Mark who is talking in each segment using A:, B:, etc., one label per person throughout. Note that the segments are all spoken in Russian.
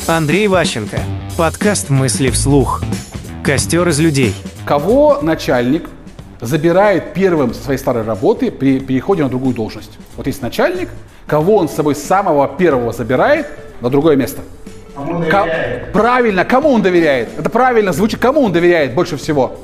A: Андрей Ващенко. Подкаст «Мысли вслух». Костер из людей.
B: Кого начальник забирает первым со своей старой работы при переходе на другую должность? Вот есть начальник, кого он с собой самого первого забирает на другое место?
C: Кому доверяет?
B: Правильно, кому он доверяет? Это правильно звучит, кому он доверяет больше всего?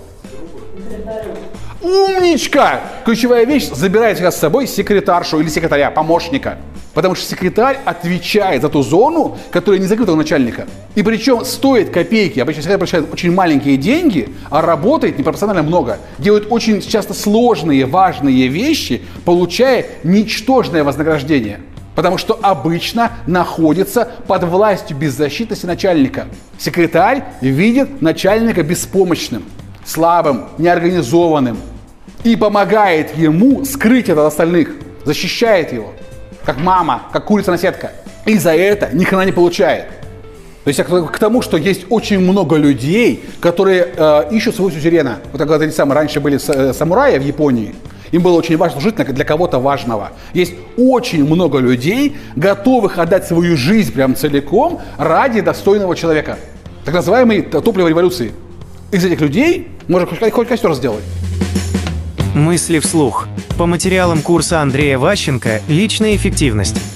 B: Умничка! Ключевая вещь, забирает всегда с собой секретаршу или секретаря, помощника. Потому что секретарь отвечает за ту зону, которая не закрыта у начальника. И причем стоит копейки. Обычно секретарь получает очень маленькие деньги, а работает непропорционально много. Делает очень часто сложные, важные вещи, получая ничтожное вознаграждение. Потому что обычно находится под властью беззащитности начальника. Секретарь видит начальника беспомощным, слабым, неорганизованным и помогает ему скрыть это от остальных, защищает его, как мама, как курица-наседка. И за это ни хрена не получает. То есть я к тому, что есть очень много людей, которые ищут своего сюзерена. Вот когда эти самые раньше были самураи в Японии, им было очень важно служить для кого-то важного. Есть очень много людей, готовых отдать свою жизнь прям целиком ради достойного человека. Так называемые топливо революции. Из этих людей можно хоть костер сделать.
A: «Мысли вслух». По материалам курса Андрея Ващенко «Личная эффективность».